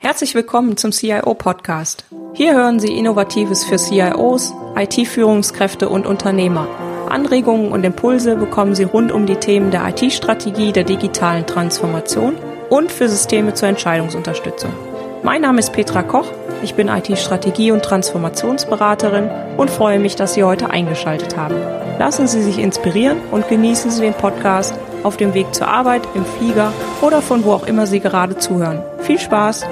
Herzlich willkommen zum CIO-Podcast. Hier hören Sie Innovatives für CIOs, IT-Führungskräfte und Unternehmer. Anregungen und Impulse bekommen Sie rund um die Themen der IT-Strategie, der digitalen Transformation und für Systeme zur Entscheidungsunterstützung. Mein Name ist Petra Koch, ich bin IT-Strategie- und Transformationsberaterin und freue mich, dass Sie heute eingeschaltet haben. Lassen Sie sich inspirieren und genießen Sie den Podcast auf dem Weg zur Arbeit, im Flieger oder von wo auch immer Sie gerade zuhören. Viel Spaß!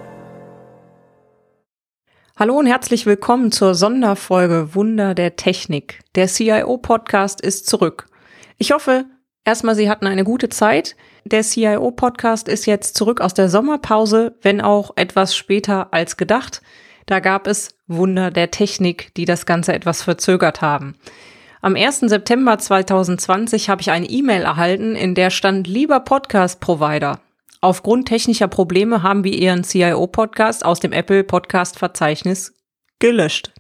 Hallo und herzlich willkommen zur Sonderfolge Wunder der Technik. Der CIO-Podcast ist zurück. Ich hoffe, erstmal Sie hatten eine gute Zeit. Der CIO-Podcast ist jetzt zurück aus der Sommerpause, wenn auch etwas später als gedacht. Da gab es Wunder der Technik, die das Ganze etwas verzögert haben. Am 1. September 2020 habe ich eine E-Mail erhalten, in der stand: Lieber Podcast-Provider, aufgrund technischer Probleme haben wir Ihren CIO-Podcast aus dem Apple-Podcast-Verzeichnis gelöscht.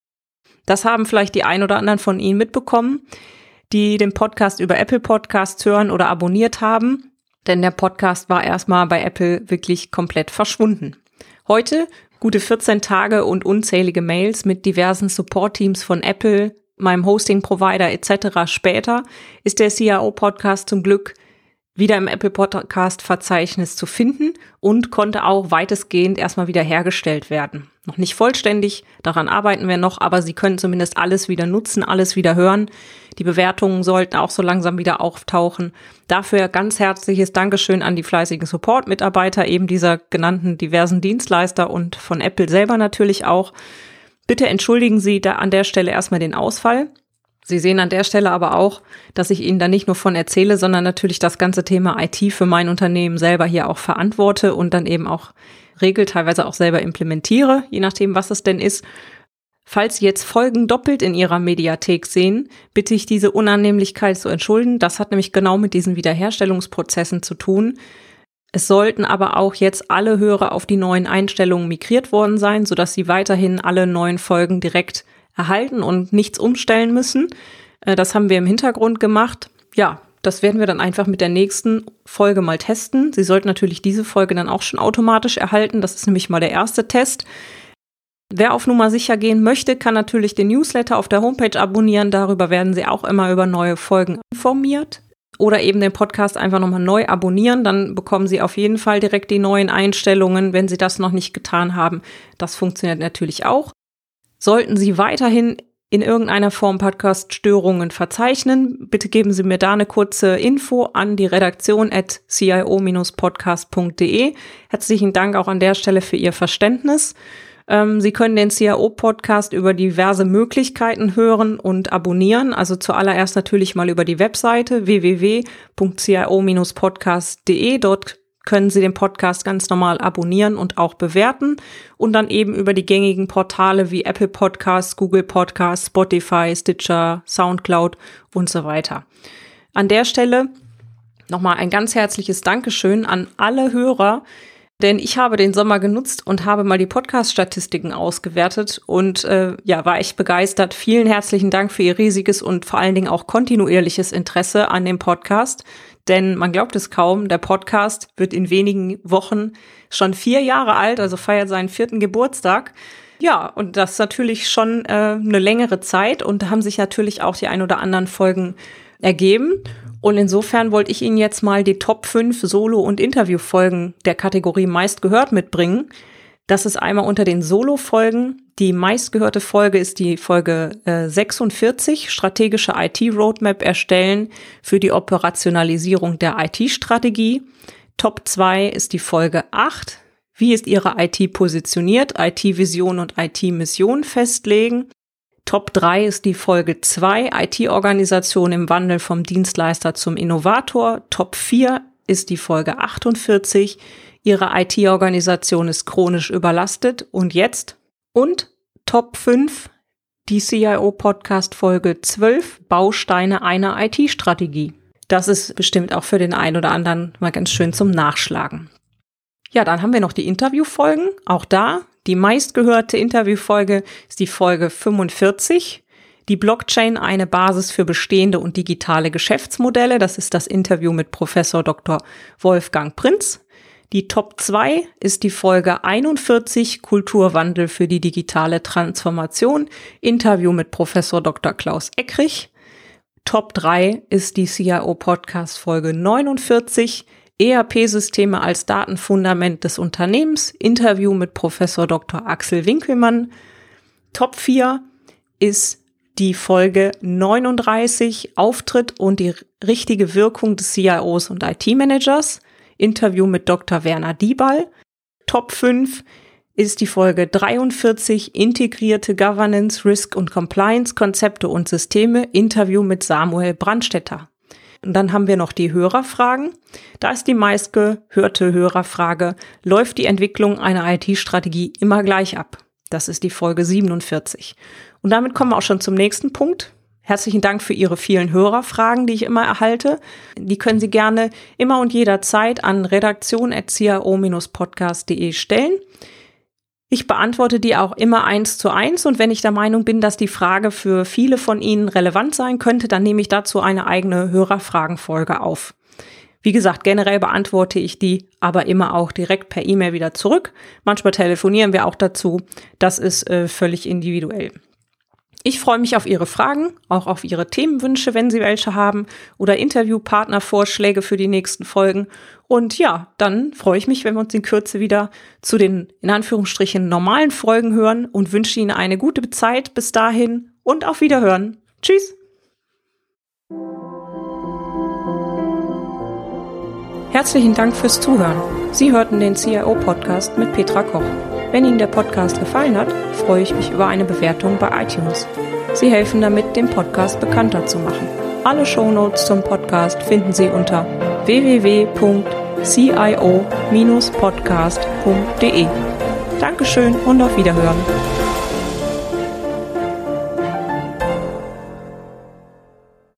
Das haben vielleicht die ein oder anderen von Ihnen mitbekommen, die den Podcast über Apple Podcasts hören oder abonniert haben, denn der Podcast war erstmal bei Apple wirklich komplett verschwunden. Heute, gute 14 Tage und unzählige Mails mit diversen Support-Teams von Apple, meinem Hosting-Provider etc. später, ist der CIO-Podcast zum Glück wieder im Apple Podcast-Verzeichnis zu finden und konnte auch weitestgehend erstmal wieder hergestellt werden. Noch nicht vollständig, daran arbeiten wir noch, aber Sie können zumindest alles wieder nutzen, alles wieder hören. Die Bewertungen sollten auch so langsam wieder auftauchen. Dafür ganz herzliches Dankeschön an die fleißigen Support-Mitarbeiter eben dieser genannten diversen Dienstleister und von Apple selber natürlich auch. Bitte entschuldigen Sie da an der Stelle erstmal den Ausfall. Sie sehen an der Stelle aber auch, dass ich Ihnen da nicht nur von erzähle, sondern natürlich das ganze Thema IT für mein Unternehmen selber hier auch verantworte und dann eben auch teilweise auch selber implementiere, je nachdem, was es denn ist. Falls Sie jetzt Folgen doppelt in Ihrer Mediathek sehen, bitte ich diese Unannehmlichkeit zu entschuldigen. Das hat nämlich genau mit diesen Wiederherstellungsprozessen zu tun. Es sollten aber auch jetzt alle Hörer auf die neuen Einstellungen migriert worden sein, sodass Sie weiterhin alle neuen Folgen direkt erhalten und nichts umstellen müssen. Das haben wir im Hintergrund gemacht. Ja, das werden wir dann einfach mit der nächsten Folge mal testen. Sie sollten natürlich diese Folge dann auch schon automatisch erhalten. Das ist nämlich mal der erste Test. Wer auf Nummer sicher gehen möchte, kann natürlich den Newsletter auf der Homepage abonnieren. Darüber werden Sie auch immer über neue Folgen informiert. Oder eben den Podcast einfach nochmal neu abonnieren. Dann bekommen Sie auf jeden Fall direkt die neuen Einstellungen, wenn Sie das noch nicht getan haben. Das funktioniert natürlich auch. Sollten Sie weiterhin in irgendeiner Form Podcast-Störungen verzeichnen, bitte geben Sie mir da eine kurze Info an die Redaktion @cio-podcast.de. Herzlichen Dank auch an der Stelle für Ihr Verständnis. Sie können den CIO-Podcast über diverse Möglichkeiten hören und abonnieren. Also zuallererst natürlich mal über die Webseite www.cio-podcast.de. Dort können Sie den Podcast ganz normal abonnieren und auch bewerten und dann eben über die gängigen Portale wie Apple Podcasts, Google Podcasts, Spotify, Stitcher, Soundcloud und so weiter. An der Stelle nochmal ein ganz herzliches Dankeschön an alle Hörer, denn ich habe den Sommer genutzt und habe mal die Podcast-Statistiken ausgewertet und war echt begeistert. Vielen herzlichen Dank für Ihr riesiges und vor allen Dingen auch kontinuierliches Interesse an dem Podcast. Denn man glaubt es kaum, der Podcast wird in wenigen Wochen schon 4 Jahre alt, also feiert seinen 4. Geburtstag. Ja, und das ist natürlich schon eine längere Zeit und da haben sich natürlich auch die ein oder anderen Folgen ergeben. Und insofern wollte ich Ihnen jetzt mal die Top 5 Solo- und Interviewfolgen der Kategorie meistgehört mitbringen. Das ist einmal unter den Solo-Folgen. Die meistgehörte Folge ist die Folge 46, strategische IT-Roadmap erstellen für die Operationalisierung der IT-Strategie. Top 2 ist die Folge 8, wie ist Ihre IT positioniert, IT-Vision und IT-Mission festlegen. Top 3 ist die Folge 2, IT-Organisation im Wandel vom Dienstleister zum Innovator. Top 4 ist die Folge 48, Ihre IT-Organisation ist chronisch überlastet und jetzt. Und Top 5, die CIO-Podcast-Folge 12, Bausteine einer IT-Strategie. Das ist bestimmt auch für den einen oder anderen mal ganz schön zum Nachschlagen. Ja, dann haben wir noch die Interviewfolgen. Auch da, die meistgehörte Interviewfolge ist die Folge 45. Die Blockchain, eine Basis für bestehende und digitale Geschäftsmodelle. Das ist das Interview mit Professor Dr. Wolfgang Prinz. Die Top 2 ist die Folge 41, Kulturwandel für die digitale Transformation, Interview mit Professor Dr. Klaus Eckrich. Top 3 ist die CIO-Podcast Folge 49, ERP-Systeme als Datenfundament des Unternehmens, Interview mit Professor Dr. Axel Winkelmann. Top 4 ist die Folge 39, Auftritt und die richtige Wirkung des CIOs und IT-Managers, Interview mit Dr. Werner Diebal. Top 5 ist die Folge 43, integrierte Governance, Risk und Compliance, Konzepte und Systeme, Interview mit Samuel Brandstetter. Und dann haben wir noch die Hörerfragen. Da ist die meistgehörte Hörerfrage, läuft die Entwicklung einer IT-Strategie immer gleich ab? Das ist die Folge 47. Und damit kommen wir auch schon zum nächsten Punkt. Herzlichen Dank für Ihre vielen Hörerfragen, die ich immer erhalte. Die können Sie gerne immer und jederzeit an redaktion@cio-podcast.de stellen. Ich beantworte die auch immer 1:1 und wenn ich der Meinung bin, dass die Frage für viele von Ihnen relevant sein könnte, dann nehme ich dazu eine eigene Hörerfragenfolge auf. Wie gesagt, generell beantworte ich die aber immer auch direkt per E-Mail wieder zurück. Manchmal telefonieren wir auch dazu. Das ist völlig individuell. Ich freue mich auf Ihre Fragen, auch auf Ihre Themenwünsche, wenn Sie welche haben, oder Interviewpartnervorschläge für die nächsten Folgen. Und ja, dann freue ich mich, wenn wir uns in Kürze wieder zu den, in Anführungsstrichen, normalen Folgen hören und wünsche Ihnen eine gute Zeit bis dahin und auf Wiederhören. Tschüss! Herzlichen Dank fürs Zuhören. Sie hörten den CIO-Podcast mit Petra Koch. Wenn Ihnen der Podcast gefallen hat, freue ich mich über eine Bewertung bei iTunes. Sie helfen damit, den Podcast bekannter zu machen. Alle Shownotes zum Podcast finden Sie unter www.cio-podcast.de. Dankeschön und auf Wiederhören.